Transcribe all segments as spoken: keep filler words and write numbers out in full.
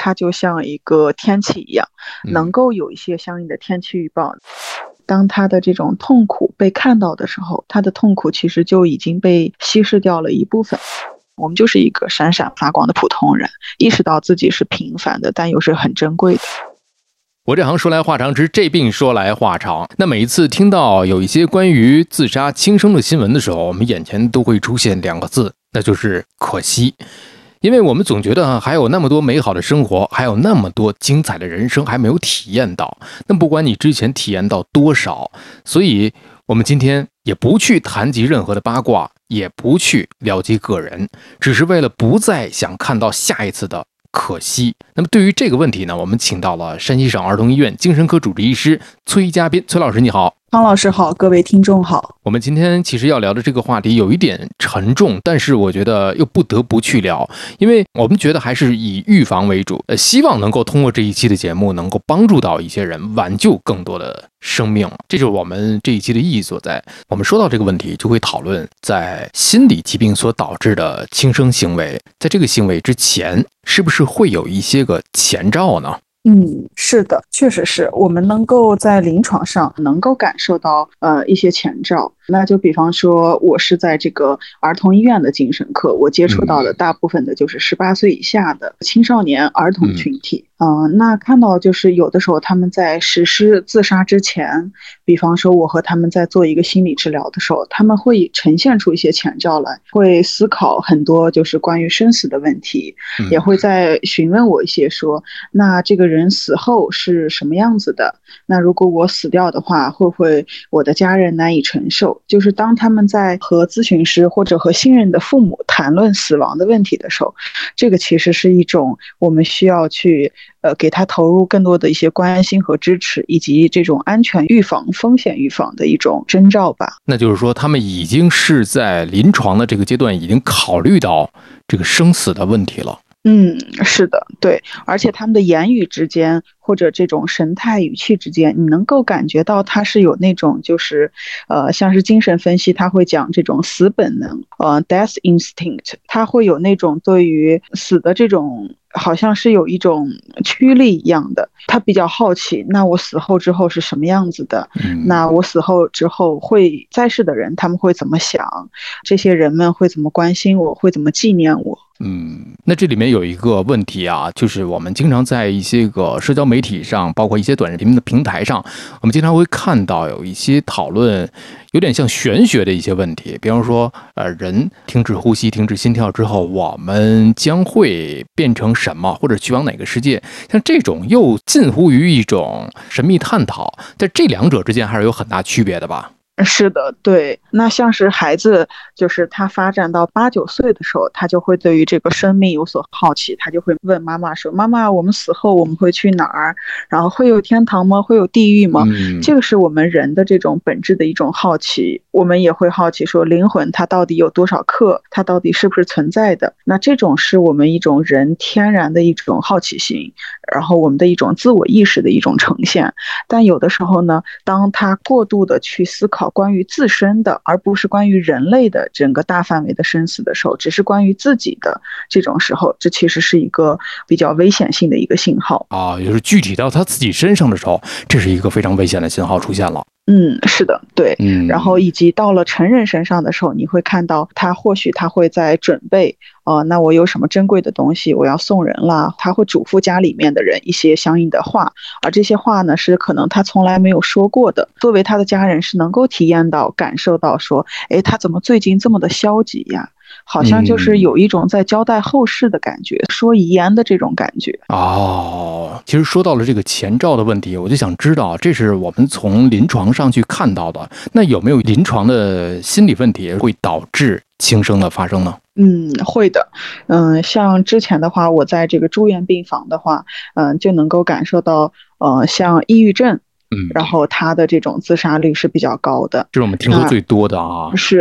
它就像一个天气一样，能够有一些相应的天气预报。当他的这种痛苦被看到的时候，他的痛苦其实就已经被稀释掉了一部分。我们就是一个闪闪发光的普通人，意识到自己是平凡的，但又是很珍贵的。 我这行说来话长，只是这病说来话长。那每一次听到有一些关于自杀轻生的新闻的时候，我们眼前都会出现两个字，那就是可惜。因为我们总觉得还有那么多美好的生活，还有那么多精彩的人生还没有体验到。那不管你之前体验到多少，所以我们今天也不去谈及任何的八卦，也不去聊及个人，只是为了不再想看到下一次的可惜。那么对于这个问题呢，我们请到了山西省儿童医院精神科主治医师崔家斌。崔老师你好。 方老师好，各位听众好。 我们今天其实要聊的这个话题有一点沉重，但是我觉得又不得不去聊，因为我们觉得还是以预防为主，呃，希望能够通过这一期的节目能够帮助到一些人，挽救更多的生命，这就是我们这一期的意义所在。我们说到这个问题，就会讨论在心理疾病所导致的轻生行为，在这个行为之前，是不是会有一些个前兆呢？ 嗯，是的，确实是我们能够在临床上能够感受到呃一些前兆。那就比方说我是在这个儿童医院的精神科，我接触到的大部分的就是十八岁以下的青少年儿童群体。嗯、呃，那看到就是有的时候他们在实施自杀之前，比方说我和他们在做一个心理治疗的时候，他们会呈现出一些前兆来，会思考很多就是关于生死的问题，也会在询问我一些说，那这个人死后是什么样子的？那如果我死掉的话，会不会我的家人难以承受？就是当他们在和咨询师或者和信任的父母谈论死亡的问题的时候，这个其实是一种我们需要去呃给他投入更多的一些关心和支持，以及这种安全预防、风险预防的一种征兆吧。 那就是说，他们已经是在临床的这个阶段，已经考虑到这个生死的问题了。 嗯，是的，对，而且他们的言语之间或者这种神态语气之间，你能够感觉到他是有那种就是呃像是精神分析他会讲这种死本能，呃 death instinct， 他会有那种对于死的这种好像是有一种驱力一样的，他比较好奇，那我死后之后是什么样子的、嗯、那我死后之后会在世的人他们会怎么想，这些人们会怎么关心我，会怎么纪念我。 嗯，那这里面有一个问题啊，就是我们经常在一些个社交媒体上，包括一些短视频的平台上，我们经常会看到有一些讨论有点像玄学的一些问题，比方说呃，人停止呼吸、停止心跳之后，我们将会变成什么，或者去往哪个世界，像这种又近乎于一种神秘探讨，在这两者之间还是有很大区别的吧。 是的，对。那像是孩子，就是他发展到八九岁的时候，他就会对于这个生命有所好奇，他就会问妈妈说，妈妈，我们死后我们会去哪儿？然后会有天堂吗？会有地狱吗？嗯、这个是我们人的这种本质的一种好奇。我们也会好奇说，灵魂它到底有多少克？它到底是不是存在的？那这种是我们一种人天然的一种好奇心，然后我们的一种自我意识的一种呈现。但有的时候呢，当他过度的去思考关于自身的，而不是关于人类的整个大范围的生死的时候，只是关于自己的这种时候，这其实是一个比较危险性的一个信号啊，也就是具体到他自己身上的时候，这是一个非常危险的信号出现了。 嗯，是的，对，嗯，然后以及到了成人身上的时候，你会看到他或许他会在准备，呃，那我有什么珍贵的东西我要送人啦，他会嘱咐家里面的人一些相应的话，而这些话呢是可能他从来没有说过的，作为他的家人是能够体验到感受到说，诶，他怎么最近这么的消极呀，好像就是有一种在交代后事的感觉、嗯、说遗言的这种感觉。 哦，其实说到了这个前兆的问题，我就想知道，这是我们从临床上去看到的，那有没有临床的心理问题会导致轻生的发生呢？ 嗯，会的。嗯，像之前的话，我在这个住院病房的话，嗯，就能够感受到，呃，像抑郁症。嗯，然后他的这种自杀率是比较高的， 这是我们听说最多的啊。 是啊，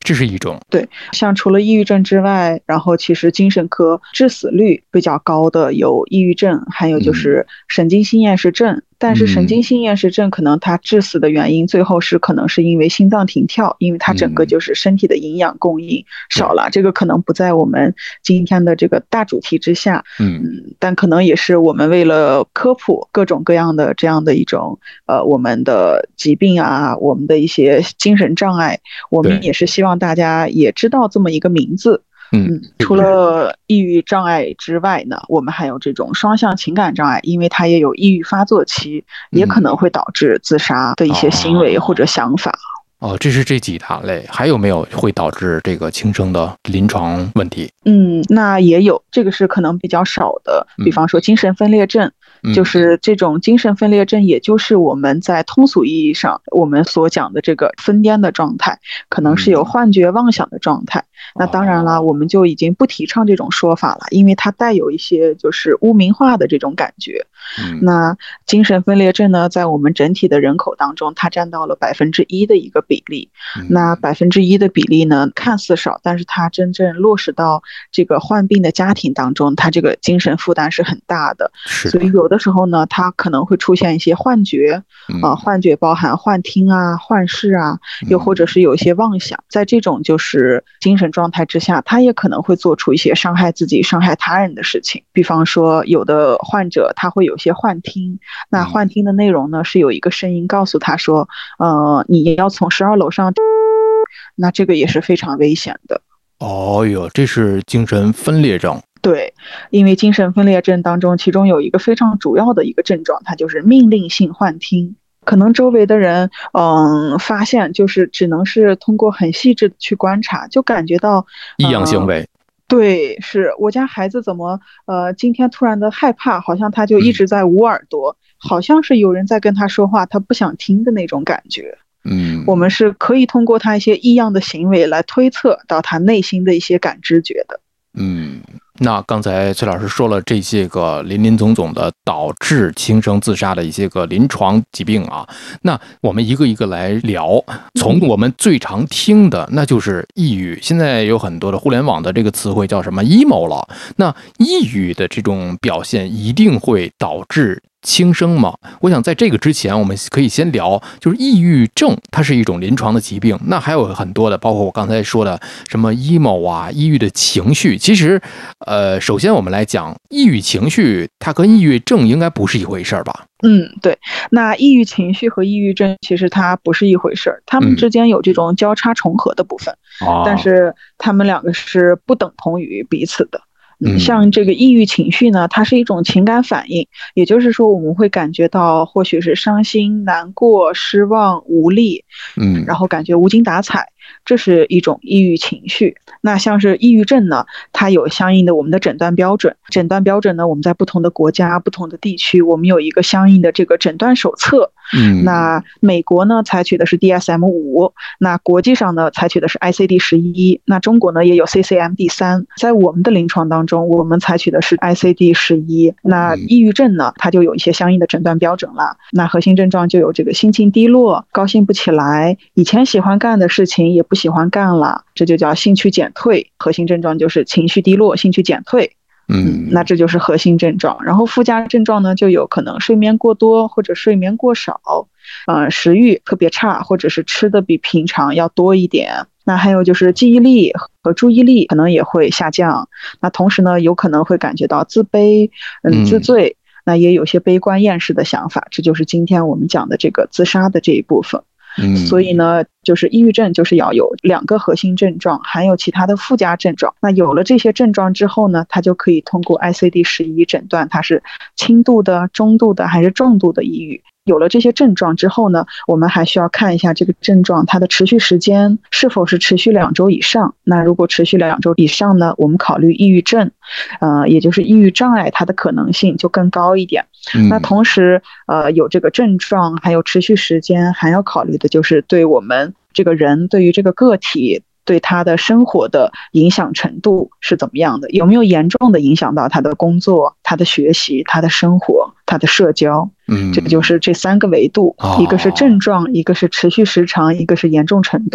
这是一种。 对，像除了抑郁症之外，然后其实精神科致死率比较高的有抑郁症，还有就是神经性厌食症。但是神经性厌食症可能它致死的原因最后是可能是因为心脏停跳，因为它整个就是身体的营养供应少了，这个可能不在我们今天的这个大主题之下。嗯，但可能也是我们为了科普各种各样的这样的一种呃我们的疾病啊，我们的一些精神障碍，我们也是希望大家也知道这么一个名字。嗯，除了抑郁障碍之外呢，我们还有这种双向情感障碍，因为它也有抑郁发作期，也可能会导致自杀的一些行为或者想法。 哦，这是这几大类，还有没有会导致这个轻生的临床问题？ 嗯，那也有，这个是可能比较少的，比方说精神分裂症。嗯，就是这种精神分裂症，也就是我们在通俗意义上我们所讲的这个疯癫的状态，可能是有幻觉妄想的状态。那当然了，我们就已经不提倡这种说法了，因为它带有一些就是污名化的这种感觉。那精神分裂症呢，在我们整体的人口当中，它占到了百分之一的一个比例。那百分之一的比例呢，看似少，但是它真正落实到这个患病的家庭当中，它这个精神负担是很大的。所以有的时候呢，它可能会出现一些幻觉，啊、呃，幻觉包含幻听啊、幻视啊，又或者是有一些妄想。在这种就是精神状态之下，他也可能会做出一些伤害自己、伤害他人的事情。比方说，有的患者他会有些幻听，那幻听的内容呢，是有一个声音告诉他说，呃，你要从十二楼上，那这个也是非常危险的。 哦哟，这是精神分裂症。 对，因为精神分裂症当中，其中有一个非常主要的一个症状，它就是命令性幻听。可能周围的人，嗯，发现就是只能是通过很细致的去观察，就感觉到异样行为。 呃、对，是我家孩子怎么，呃，今天突然的害怕，好像他就一直在捂耳朵，嗯、好像是有人在跟他说话，他不想听的那种感觉。 嗯， 我们是可以通过他一些异样的行为来推测到他内心的一些感知觉的。 嗯，那刚才崔老师说了这些个林林总总的导致轻生自杀的一些个临床疾病啊，那我们一个一个来聊。从我们最常听的那就是抑郁，现在有很多的互联网的这个词汇叫什么 emo 了。那抑郁的这种表现一定会导致轻生吗？我想在这个之前，我们可以先聊，就是抑郁症，它是一种临床的疾病。那还有很多的，包括我刚才说的什么 emo 啊，抑郁的情绪。其实，呃，首先我们来讲，抑郁情绪，它跟抑郁症应该不是一回事儿吧？ 嗯，对。那抑郁情绪和抑郁症其实它不是一回事儿，它们之间有这种交叉重合的部分，嗯、但是它们两个是不等同于彼此的。嗯，像这个抑郁情绪呢，它是一种情感反应，也就是说我们会感觉到或许是伤心、难过、失望、无力，嗯，然后感觉无精打采，这是一种抑郁情绪。那像是抑郁症呢，它有相应的我们的诊断标准，诊断标准呢，我们在不同的国家、不同的地区，我们有一个相应的这个诊断手册。嗯，那美国呢采取的是 D S M 五，那国际上呢采取的是 I C D 十一，那中国呢也有 C C M D 三。在我们的临床当中，我们采取的是 I C D 十一。那抑郁症呢，它就有一些相应的诊断标准了。那核心症状就有这个心情低落、高兴不起来，以前喜欢干的事情也不喜欢干了，这就叫兴趣减退。核心症状就是情绪低落、兴趣减退。嗯，那这就是核心症状。然后附加症状呢，就有可能睡眠过多或者睡眠过少，呃，食欲特别差，或者是吃的比平常要多一点。那还有就是记忆力和注意力可能也会下降。那同时呢，有可能会感觉到自卑、嗯，自罪，嗯、那也有些悲观厌世的想法。这就是今天我们讲的这个自杀的这一部分。嗯，所以呢，就是抑郁症就是要有两个核心症状，还有其他的附加症状。那有了这些症状之后呢，它就可以通过 I C D 十一诊断它是轻度的、中度的还是重度的抑郁。有了这些症状之后呢，我们还需要看一下这个症状它的持续时间是否是持续两周以上。那如果持续两周以上呢，我们考虑抑郁症，呃，也就是抑郁障碍，它的可能性就更高一点。嗯、那同时，呃，有这个症状，还有持续时间，还要考虑的就是对我们这个人，对于这个个体，对他的生活的影响程度是怎么样的，有没有严重的影响到他的工作、他的学习、他的生活、他的社交。嗯，这就是这三个维度，哦、一个是症状，一个是持续时长，一个是严重程度。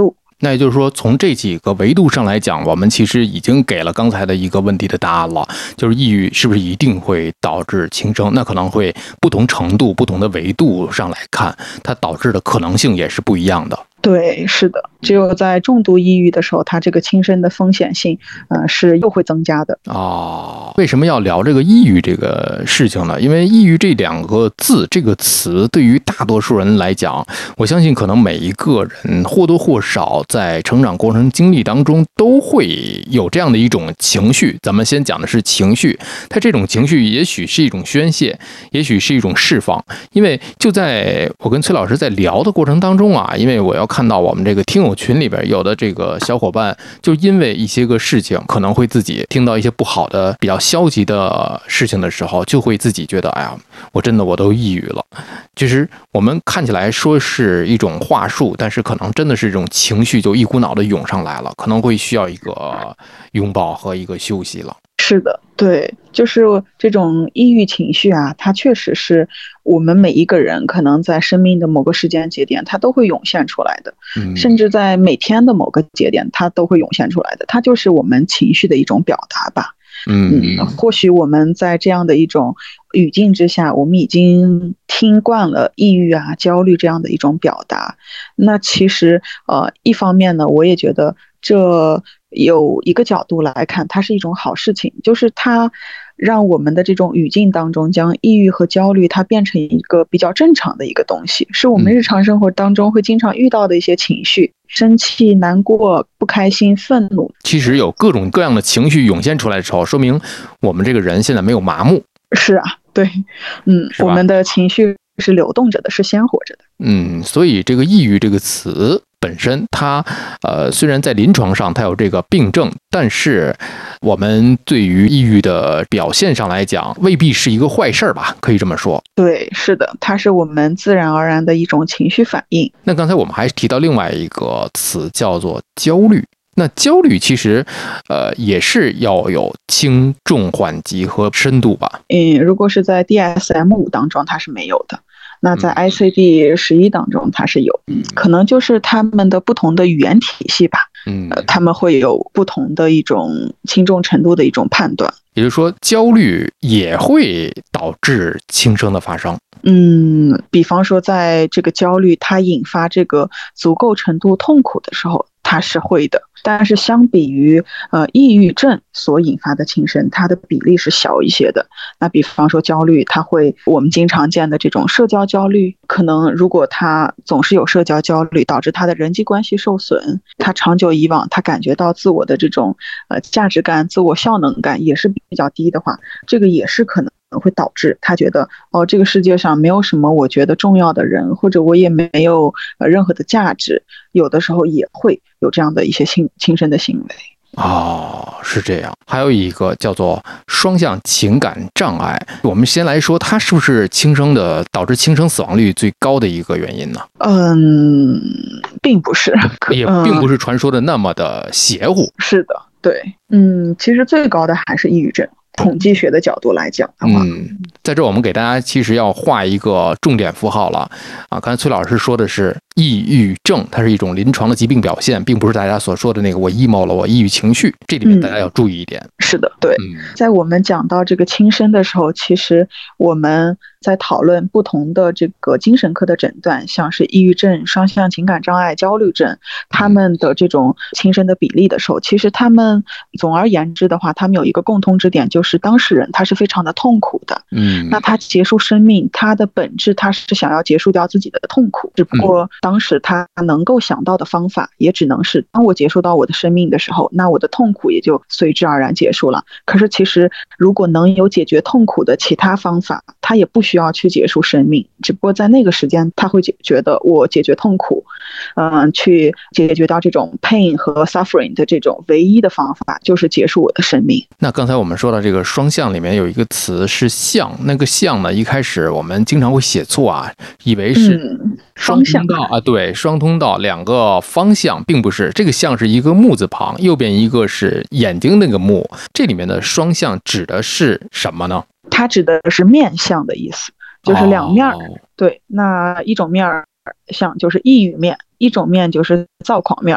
那也就是说，从这几个维度上来讲，我们其实已经给了刚才的一个问题的答案了，就是抑郁是不是一定会导致轻生？那可能会不同程度、不同的维度上来看，它导致的可能性也是不一样的。 对，是的，只有在重度抑郁的时候，它这个轻生的风险性，呃，是又会增加的。 哦，为什么要聊这个抑郁这个事情呢？因为抑郁这两个字、这个词，对于大多数人来讲，我相信可能每一个人或多或少在成长过程经历当中都会有这样的一种情绪。咱们先讲的是情绪，它这种情绪也许是一种宣泄，也许是一种释放。因为就在我跟崔老师在聊的过程当中啊，因为我要看到我们这个听友群里边有的这个小伙伴，就因为一些个事情，可能会自己听到一些不好的、比较消极的事情的时候，就会自己觉得，哎呀，我真的我都抑郁了。其实我们看起来说是一种话术，但是可能真的是这种情绪就一股脑的涌上来了，可能会需要一个拥抱和一个休息了。 是的，对，就是这种抑郁情绪啊，它确实是我们每一个人可能在生命的某个时间节点，它都会涌现出来的， 嗯， 甚至在每天的某个节点，它都会涌现出来的，它就是我们情绪的一种表达吧。 嗯， 嗯，或许我们在这样的一种语境之下，我们已经听惯了抑郁啊、焦虑这样的一种表达。那其实，呃，一方面呢，我也觉得这有一个角度来看，它是一种好事情，就是它让我们的这种语境当中，将抑郁和焦虑它变成一个比较正常的一个东西，是我们日常生活当中会经常遇到的一些情绪。生气、难过、不开心、愤怒， 其实有各种各样的情绪涌现出来的时候，说明我们这个人现在没有麻木。 是啊，对，嗯，我们的情绪是流动着的，是鲜活着的。 嗯，所以这个抑郁这个词本身它，呃，虽然在临床上它有这个病症，但是我们对于抑郁的表现上来讲，未必是一个坏事吧，可以这么说。 对，是的，它是我们自然而然的一种情绪反应。 那刚才我们还提到另外一个词，叫做焦虑。那焦虑其实，呃，也是要有轻重缓急和深度吧？ 嗯，如果是在 D S M 五当中，它是没有的。那在 I C D 十一当中，它是有，可能就是他们的不同的语言体系吧。 嗯， 呃，他们会有不同的一种轻重程度的一种判断。 也就是说，焦虑也会导致轻生的发生。 嗯，比方说，在这个焦虑它引发这个足够程度痛苦的时候，它是会的。但是相比于呃抑郁症所引发的轻生，它的比例是小一些的。那比方说焦虑，它会我们经常见的这种社交焦虑，可能如果他总是有社交焦虑，导致他的人际关系受损，他长久以往他感觉到自我的这种呃价值感、自我效能感也是比较低的话，这个也是可能会导致他觉得哦，这个世界上没有什么我觉得重要的人，或者我也没有呃任何的价值，有的时候也会有这样的一些轻轻生的行为。 哦，是这样。还有一个叫做双向情感障碍，我们先来说，它是不是轻生的导致轻生死亡率最高的一个原因呢？ 嗯，并不是， 也并不是传说的那么的邪乎。 嗯、是的，对，嗯，其实最高的还是抑郁症。统计学的角度来讲的话， 嗯，在这我们给大家其实要画一个重点符号了啊。刚才崔老师说的是抑郁症，它是一种临床的疾病表现，并不是大家所说的那个我 emo 了，我抑郁情绪。这里面大家要注意一点。 嗯、是的，对、 嗯， 在我们讲到这个轻生的时候，其实我们在讨论不同的这个精神科的诊断，像是抑郁症、双向情感障碍、焦虑症，他们的这种轻生的比例的时候，其实他们总而言之的话，他们有一个共通之点，就是当事人他是非常的痛苦的。 嗯， 那他结束生命，他的本质他是想要结束掉自己的痛苦，只不过当时他能够想到的方法，也只能是当我结束到我的生命的时候，那我的痛苦也就随之而然结束了。可是其实如果能有解决痛苦的其他方法，他也不需要去结束生命，只不过在那个时间他会觉得我解决痛苦，嗯，去解决到这种 pain 和 suffering 的这种唯一的方法就是结束我的生命。 那刚才我们说到这个双向里面有一个词是向，那个向呢，一开始我们经常会写错啊，以为是双通道、嗯、啊，对，双通道两个方向，并不是，这个向是一个木字旁，右边一个是眼睛那个木，这里面的双向指的是什么呢？ 它指的是面向的意思，就是两面、哦、对，那一种面向就是抑郁面，一种面就是躁狂面。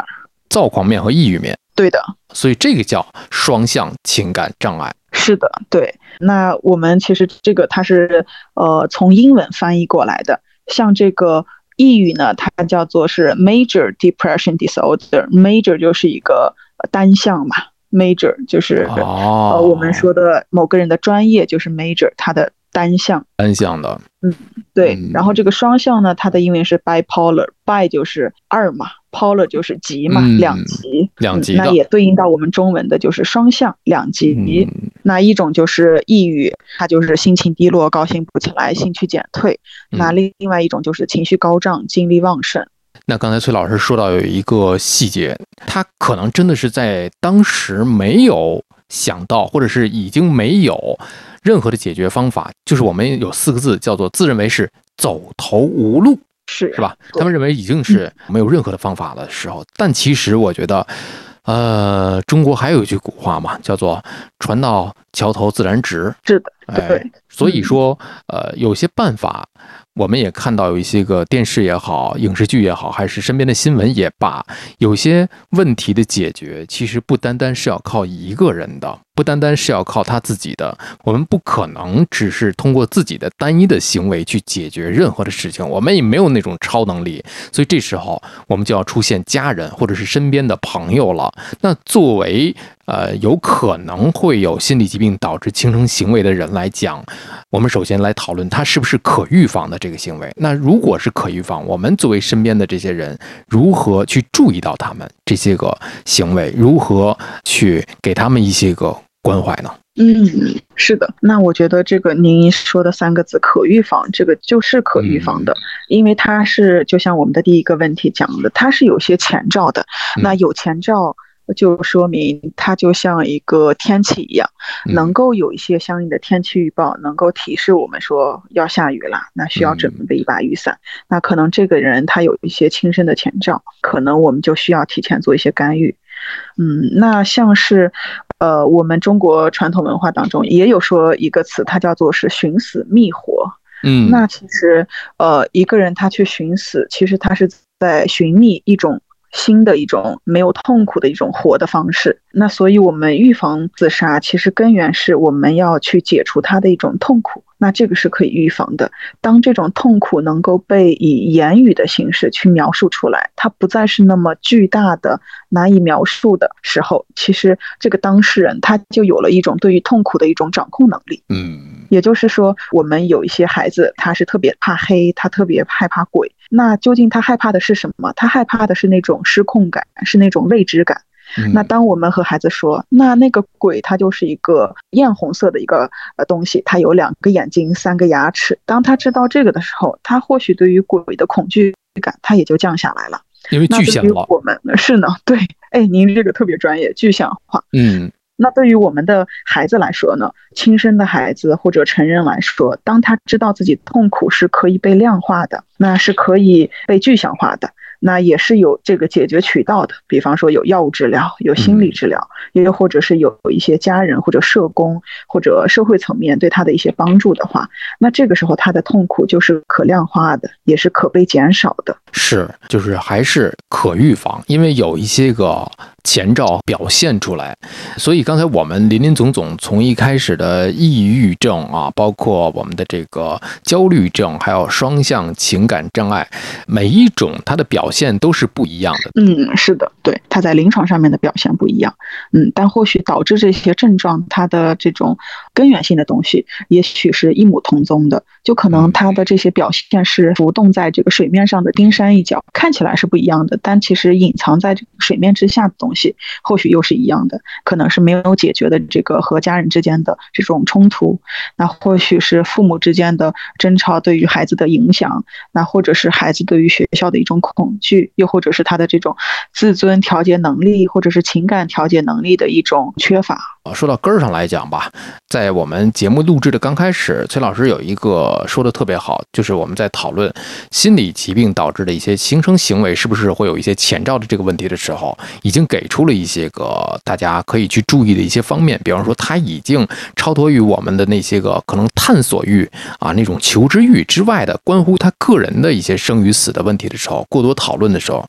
躁狂面和抑郁面。 对的， 所以这个叫双向情感障碍。 是的，对。那我们其实这个它是呃从英文翻译过来的，像这个抑郁呢，它叫做是 major depression disorder，major 就是一个单项嘛，major 就是、 哦、 呃我们说的某个人的专业就是 major， 它的单项单项的。 嗯，对。 嗯、 然后这个双向呢，它的英文是 bipolar，bi 就是二嘛，polar 就是极嘛， 嗯、 两极， 两极的、 嗯，那也对应到我们中文的就是双向两极。嗯、那一种就是抑郁，它就是心情低落，高兴不起来，兴趣减退。嗯、那另外一种就是情绪高涨，精力旺盛。 那刚才崔老师说到有一个细节，他可能真的是在当时没有想到，或者是已经没有任何的解决方法，就是我们有四个字叫做自认为是走投无路， 是是吧？他们认为已经是没有任何的方法的时候，嗯、但其实我觉得，呃，中国还有一句古话嘛，叫做船到桥头自然直。 是的，对。 哎，所以说，呃，有些办法。我们也看到有一些个电视也好，影视剧也好，还是身边的新闻也罢，有些问题的解决其实不单单是要靠一个人的，不单单是要靠他自己的。我们不可能只是通过自己的单一的行为去解决任何的事情，我们也没有那种超能力。所以这时候我们就要出现家人或者是身边的朋友了。那作为呃有可能会有心理疾病导致轻生行为的人来讲，我们首先来讨论它是不是可预防的这个行为。那如果是可预防，我们作为身边的这些人，如何去注意到他们这些个行为，如何去给他们一些个关怀呢？ 嗯，是的。那我觉得这个您说的三个字可预防，这个就是可预防的，嗯、因为它是就像我们的第一个问题讲的，它是有些前兆的。嗯、那有前兆就说明它就像一个天气一样，能够有一些相应的天气预报，能够提示我们说要下雨了，那需要准备一把雨伞。那可能这个人他有一些轻生的前兆，可能我们就需要提前做一些干预。嗯，那像是呃，我们中国传统文化当中也有说一个词，它叫做是寻死觅活。嗯，那其实呃，一个人他去寻死，其实他是在寻觅一种新的一种没有痛苦的一种活的方式。那所以我们预防自杀，其实根源是我们要去解除他的一种痛苦，那这个是可以预防的。当这种痛苦能够被以言语的形式去描述出来，它不再是那么巨大的难以描述的时候，其实这个当事人他就有了一种对于痛苦的一种掌控能力。嗯，也就是说，我们有一些孩子他是特别怕黑，他特别害怕鬼，那究竟他害怕的是什么？他害怕的是那种失控感，是那种未知感。嗯、那当我们和孩子说，那那个鬼它就是一个艳红色的一个呃东西，它有两个眼睛，三个牙齿。当他知道这个的时候，他或许对于鬼的恐惧感他也就降下来了， 因为具象了。 我们是呢，对，哎，您这个特别专业，具象化。嗯。那对于我们的孩子来说呢，亲生的孩子或者成人来说，当他知道自己痛苦是可以被量化的，那是可以被具象化的，那也是有这个解决渠道的，比方说有药物治疗，有心理治疗，也有或者是有一些家人或者社工或者社会层面对他的一些帮助的话，那这个时候他的痛苦就是可量化的，也是可被减少的。 是，就是还是可预防，因为有一些个前兆表现出来。所以刚才我们林林总总从一开始的抑郁症啊，包括我们的这个焦虑症，还有双向情感障碍，每一种它的表现都是不一样的。 嗯，是的，对，它在临床上面的表现不一样。嗯，但或许导致这些症状它的这种根源性的东西，也许是一母同宗的，就可能它的这些表现是浮动在这个水面上的冰山一角，看起来是不一样的，但其实隐藏在这个水面之下的东西或许又是一样的，可能是没有解决的这个和家人之间的这种冲突，那或许是父母之间的争吵对于孩子的影响，那或者是孩子对于学校的一种恐惧，又或者是他的这种自尊调节能力或者是情感调节能力的一种缺乏。 说到根儿上来讲吧，在我们节目录制的刚开始，崔老师有一个说的特别好，就是我们在讨论心理疾病导致的一些轻生行为是不是会有一些前兆的这个问题的时候，已经给出了一些个大家可以去注意的一些方面，比方说他已经超脱于我们的那些个可能探索欲啊，那种求知欲之外的关乎他个人的一些生与死的问题的时候，过多讨论的时候，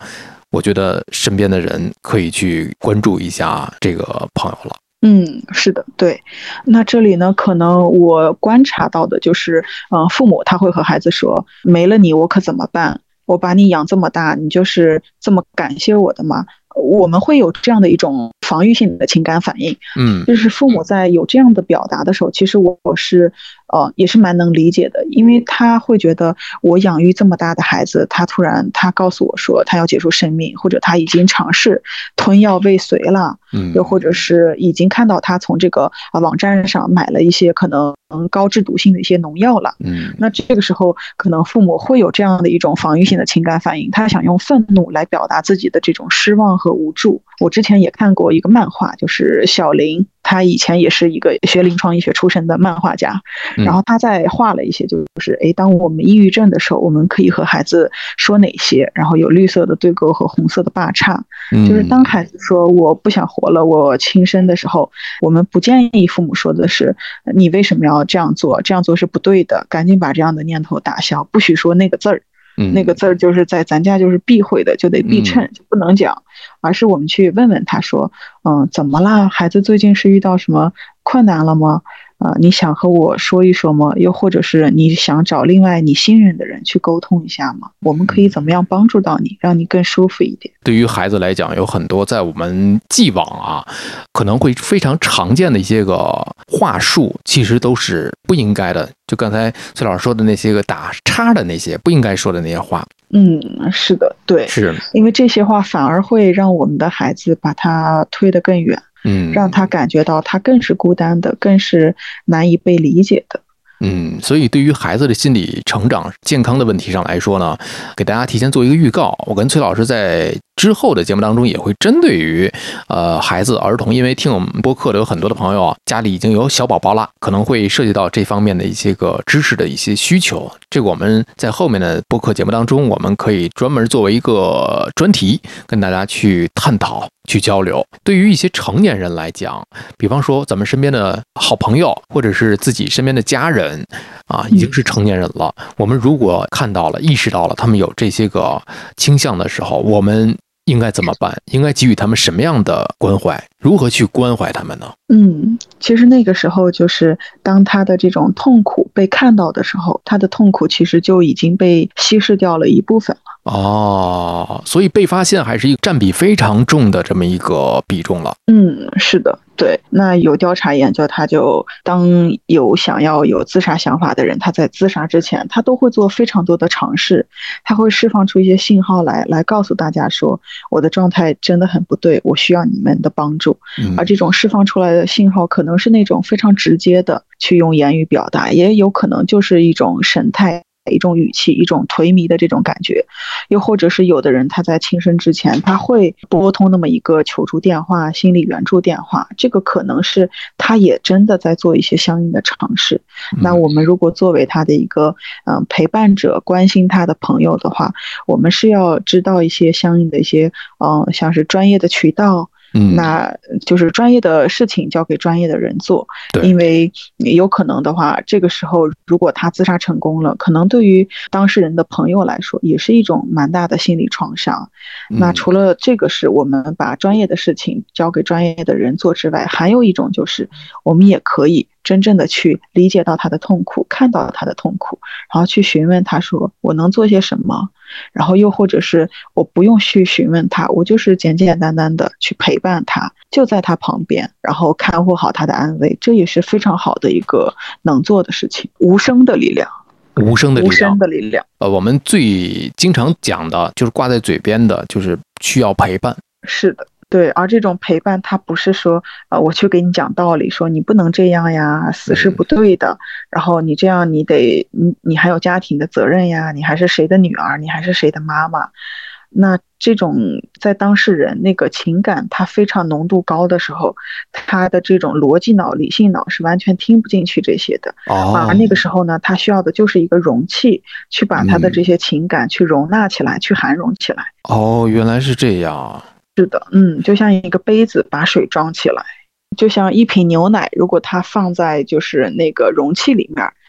我觉得身边的人可以去关注一下这个朋友了。 嗯，是的，对。那这里呢，可能我观察到的就是，嗯、呃，父母他会和孩子说：“没了你，我可怎么办？我把你养这么大，你就是这么感谢我的吗？”我们会有这样的一种防御性的情感反应。 嗯， 就是父母在有这样的表达的时候，其实我我是呃也是蛮能理解的，因为他会觉得我养育这么大的孩子，他突然他告诉我说他要结束生命，或者他已经尝试吞药未遂了， 嗯， 又或者是已经看到他从这个呃网站上买了一些可能高致毒性的一些农药了。 嗯， 那这个时候可能父母会有这样的一种防御性的情感反应，他想用愤怒来表达自己的这种失望和无助。我之前也看过一个漫画，就是小林，他以前也是一个学临床医学出身的漫画家，然后他在画了一些，就是诶，当我们抑郁症的时候，我们可以和孩子说哪些，然后有绿色的对勾和红色的霸叉，就是当孩子说我不想活了，我轻生的时候，我们不建议父母说的是你为什么要这样做，这样做是不对的，赶紧把这样的念头打消，不许说那个字儿。那个字儿就是在咱家就是避讳的，就得避称，就不能讲，而是我们去问问他说，嗯，怎么啦？孩子最近是遇到什么困难了吗？呃，你想和我说一说吗？又或者是你想找另外你信任的人去沟通一下吗？我们可以怎么样帮助到你，让你更舒服一点？ 对于孩子来讲，有很多在我们既往啊，可能会非常常见的一些个话术，其实都是不应该的。就刚才崔老师说的那些个打岔的那些不应该说的那些话。 嗯，是的，对， 是因为这些话反而会让我们的孩子把他推得更远。 嗯， 让他感觉到他更是孤单的，更是难以被理解的。 嗯，所以对于孩子的心理成长健康的问题上来说呢，给大家提前做一个预告，我跟崔老师在之后的节目当中也会针对于呃孩子儿童，因为听我们播客的有很多的朋友啊，家里已经有小宝宝了，可能会涉及到这方面的一些个知识的一些需求，这个我们在后面的播客节目当中，我们可以专门作为一个专题跟大家去探讨去交流。对于一些成年人来讲，比方说咱们身边的好朋友或者是自己身边的家人啊，已经是成年人了，我们如果看到了意识到了他们有这些个倾向的时候，我们应该怎么办？应该给予他们什么样的关怀？如何去关怀他们呢？ 嗯，其实那个时候就是当他的这种痛苦被看到的时候，他的痛苦其实就已经被稀释掉了一部分了。 哦，所以被发现还是一个占比非常重的这么一个比重了。 嗯，是的，对。那有调查研究，他就当有想要有自杀想法的人，他在自杀之前，他都会做非常多的尝试，他会释放出一些信号来，来告诉大家说，我的状态真的很不对，我需要你们的帮助。 嗯、 而这种释放出来的信号，可能是那种非常直接的去用言语表达，也有可能就是一种神态。一种语气，一种颓靡的这种感觉，又或者是有的人他在轻生之前，他会拨通那么一个求助电话、心理援助电话，这个可能是他也真的在做一些相应的尝试。那我们如果作为他的一个嗯陪伴者、关心他的朋友的话，我们是要知道一些相应的一些嗯像是专业的渠道。 嗯， 那就是专业的事情交给专业的人做，因为有可能的话，这个时候如果他自杀成功了，可能对于当事人的朋友来说，也是一种蛮大的心理创伤。 嗯、 那除了这个是我们把专业的事情交给专业的人做之外，还有一种就是我们也可以真正的去理解到他的痛苦，看到他的痛苦，然后去询问他说我能做些什么，然后又或者是我不用去询问他，我就是简简单单的去陪伴他，就在他旁边，然后看护好他的安危，这也是非常好的一个能做的事情。无声的力量， 无声的力量， 无声的力量。 呃，我们最经常讲的就是挂在嘴边的，就是需要陪伴。 是的。对，而这种陪伴，它不是说，呃，我去给你讲道理，说你不能这样呀，死是不对的，然后你这样，你得，你你还有家庭的责任呀，你还是谁的女儿，你还是谁的妈妈。那这种在当事人那个情感它非常浓度高的时候，他的这种逻辑脑、理性脑是完全听不进去这些的。 哦， 而那个时候呢，他需要的就是一个容器，去把他的这些情感去容纳起来，嗯、去涵容起来。 哦，原来是这样。 是的，嗯，就像一个杯子把水装起来，就像一瓶牛奶，如果它放在就是那个容器里面，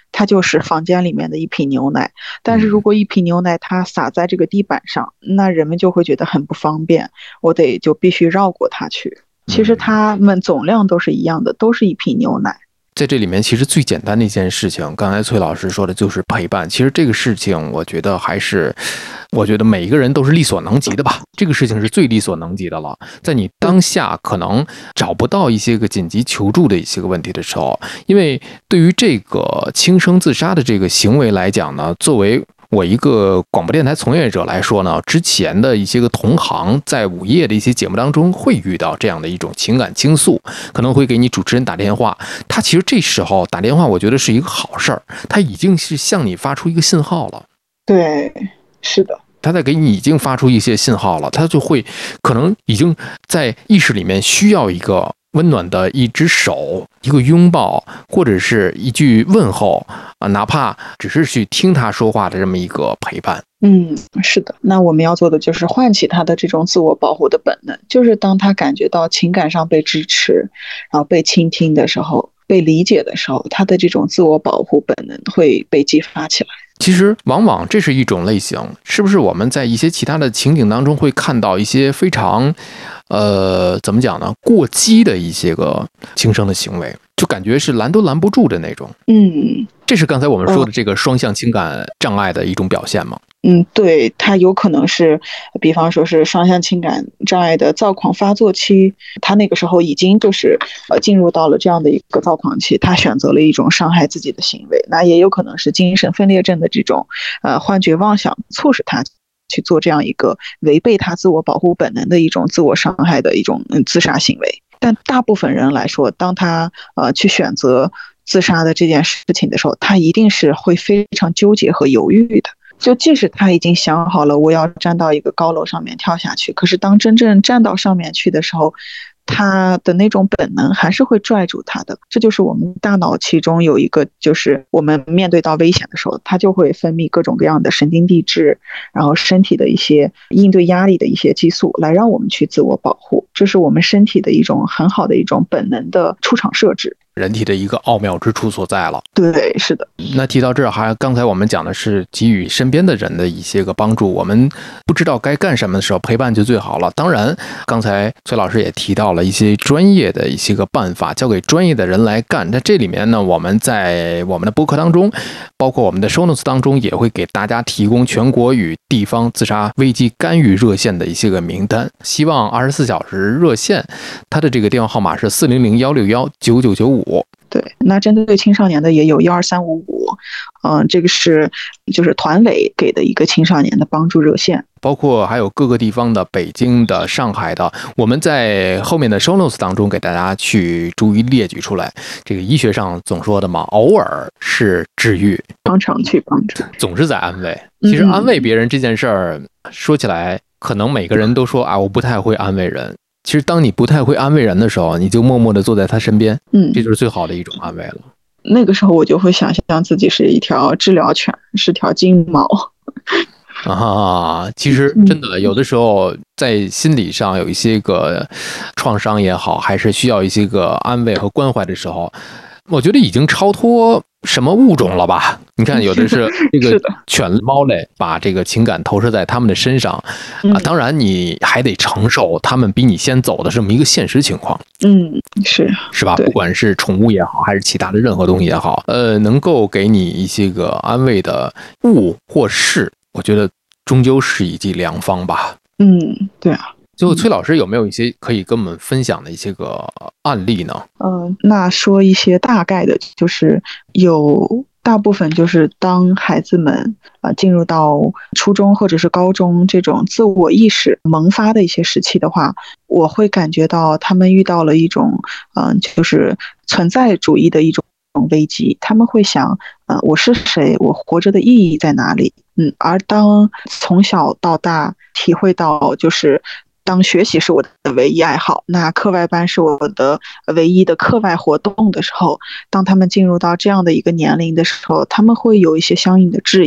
它就是房间里面的一瓶牛奶。但是如果一瓶牛奶它洒在这个地板上，那人们就会觉得很不方便，我得就必须绕过它去。其实它们总量都是一样的，都是一瓶牛奶。 在这里面，其实最简单的一件事情，刚才崔老师说的就是陪伴。其实这个事情，我觉得还是，我觉得每一个人都是力所能及的吧。这个事情是最力所能及的了。在你当下可能找不到一些个紧急求助的一些个问题的时候，因为对于这个轻生自杀的这个行为来讲呢，作为我一个广播电台从业者来说呢，之前的一些个同行在午夜的一些节目当中会遇到这样的一种情感倾诉，可能会给你主持人打电话，他其实这时候打电话我觉得是一个好事儿，他已经是向你发出一个信号了。 对，是的， 他在给你已经发出一些信号了，他就会可能已经在意识里面需要一个温暖的一只手，一个拥抱，或者是一句问候啊，哪怕只是去听他说话的这么一个陪伴。 嗯，是的。那我们要做的就是唤起他的这种自我保护的本能，就是当他感觉到情感上被支持，然后被倾听的时候，被理解的时候，他的这种自我保护本能会被激发起来。 其实往往这是一种类型，是不是我们在一些其他的情景当中会看到一些非常呃怎么讲呢，过激的一些个轻生的行为，就感觉是拦都拦不住的那种。 嗯， 这是刚才我们说的这个双向情感障碍的一种表现吗？ 嗯，对，它有可能是，比方说是双向情感障碍的躁狂发作期，他那个时候已经就是呃进入到了这样的一个躁狂期，他选择了一种伤害自己的行为。那也有可能是精神分裂症的这种呃幻觉妄想促使他去做这样一个违背他自我保护本能的一种自我伤害的一种自杀行为。但大部分人来说，当他呃去选择自杀的这件事情的时候，他一定是会非常纠结和犹豫的。就即使他已经想好了我要站到一个高楼上面跳下去，可是当真正站到上面去的时候，他的那种本能还是会拽住他的。这就是我们大脑其中有一个，就是我们面对到危险的时候，它就会分泌各种各样的神经递质，然后身体的一些应对压力的一些激素，来让我们去自我保护。这是我们身体的一种很好的一种本能的出厂设置， 人体的一个奥妙之处所在了。 对，是的。 那提到这儿，还刚才我们讲的是给予身边的人的一些个帮助，我们不知道该干什么的时候，陪伴就最好了。当然，刚才崔老师也提到了一些专业的一些个办法，交给专业的人来干。那这里面呢，我们在我们的播客当中，包括我们的 show notes 当中，也会给大家提供全国与地方自杀危机干预热线的一些个名单。希望二十四小时热线，它的这个电话号码是四零零幺六幺九九九五。 对，那针对青少年的也有幺二三五五，嗯，这个是就是团委给的一个青少年的帮助热线， 包括还有各个地方的，北京的、上海的，我们在后面的 show notes 当中给大家去逐一列举出来。这个医学上总说的嘛，偶尔是治愈， 常常去帮助， 总是在安慰。其实安慰别人这件事儿，说起来可能每个人都说啊，我不太会安慰人。其实当你不太会安慰人的时候，你就默默地坐在他身边，嗯，这就是最好的一种安慰了。 那个时候我就会想象自己是一条治疗犬，是条金毛。 啊，其实真的有的时候在心理上有一些个创伤也好，还是需要一些个安慰和关怀的时候，我觉得已经超脱什么物种了吧？你看，有的是这个犬猫类把这个情感投射在他们的身上啊，当然你还得承受他们比你先走的这么一个现实情况。 嗯，是是吧？不管是宠物也好，还是其他的任何东西也好，呃，能够给你一些个安慰的物或事，我觉得终究是一剂良方吧。 嗯，对啊。 最后，崔老师有没有一些可以跟我们分享的一些个案例呢？ 嗯、呃，那说一些大概的，就是有大部分就是当孩子们啊、呃、进入到初中或者是高中这种自我意识萌发的一些时期的话，我会感觉到他们遇到了一种嗯、呃，就是存在主义的一种危机。他们会想，呃，我是谁？我活着的意义在哪里？嗯，而当从小到大体会到就是。当学习是我的唯一爱好，那课外班是我的唯一的课外活动的时候，当他们进入到这样的一个年龄的时候，他们会有一些相应的质疑。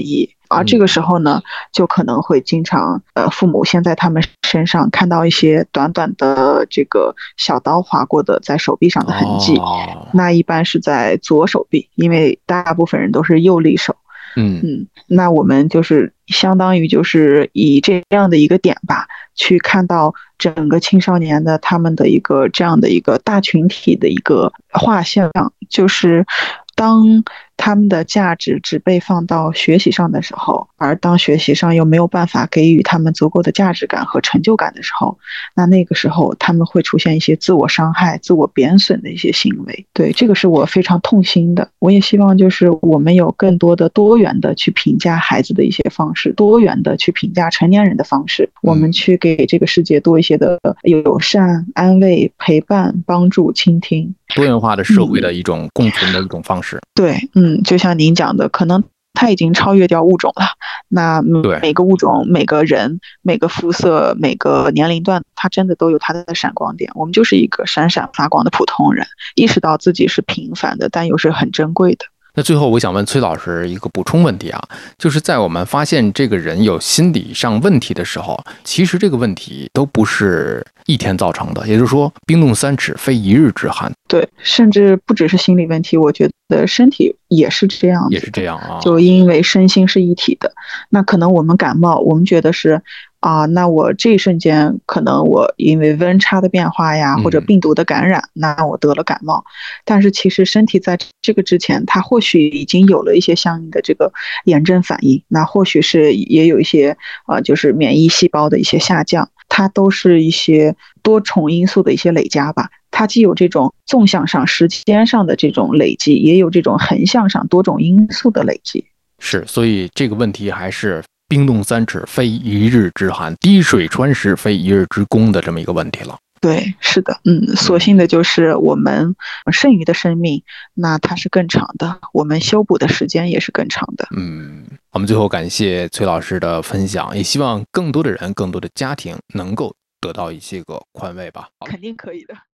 而这个时候呢，就可能会经常呃，父母先在他们身上看到一些短短的这个小刀划过的在手臂上的痕迹， 哦、 那一般是在左手臂，因为大部分人都是右利手。 嗯嗯，那我们就是相当于就是以这样的一个点吧，去看到整个青少年的他们的一个这样的一个大群体的一个画像，就是当他们的价值只被放到学习上的时候，而当学习上又没有办法给予他们足够的价值感和成就感的时候，那那个时候他们会出现一些自我伤害、自我贬损的一些行为。对，这个是我非常痛心的。我也希望就是我们有更多的多元的去评价孩子的一些方式，多元的去评价成年人的方式，我们去给这个世界多一些的友善、安慰、陪伴、帮助、倾听。 多元化的社会的一种共存的一种方式。 嗯、对，嗯，就像您讲的，可能它已经超越掉物种了。那每个物种、每个人、每个肤色、每个年龄段，它真的都有它的闪光点。我们就是一个闪闪发光的普通人，意识到自己是平凡的，但又是很珍贵的。 那最后我想问崔老师一个补充问题啊，就是在我们发现这个人有心理上问题的时候，其实这个问题都不是一天造成的，也就是说冰冻三尺非一日之寒。对， 甚至不只是心理问题，我觉得身体也是这样子， 也是这样啊， 就因为身心是一体的。那可能我们感冒，我们觉得是啊，那我这一瞬间可能我因为温差的变化呀，或者病毒的感染，嗯、那我得了感冒。但是其实身体在这个之前，它或许已经有了一些相应的这个炎症反应，那或许是也有一些呃，就是免疫细胞的一些下降，它都是一些多重因素的一些累加吧。它既有这种纵向上时间上的这种累积，也有这种横向上多种因素的累积。 是，所以这个问题还是冰冻三尺非一日之寒，滴水穿石非一日之功的这么一个问题了。 对，是的，嗯，所幸的就是我们剩余的生命，那它是更长的，我们修补的时间也是更长的。 嗯，我们最后感谢崔老师的分享，也希望更多的人、更多的家庭能够得到一些个宽慰吧。 肯定可以的。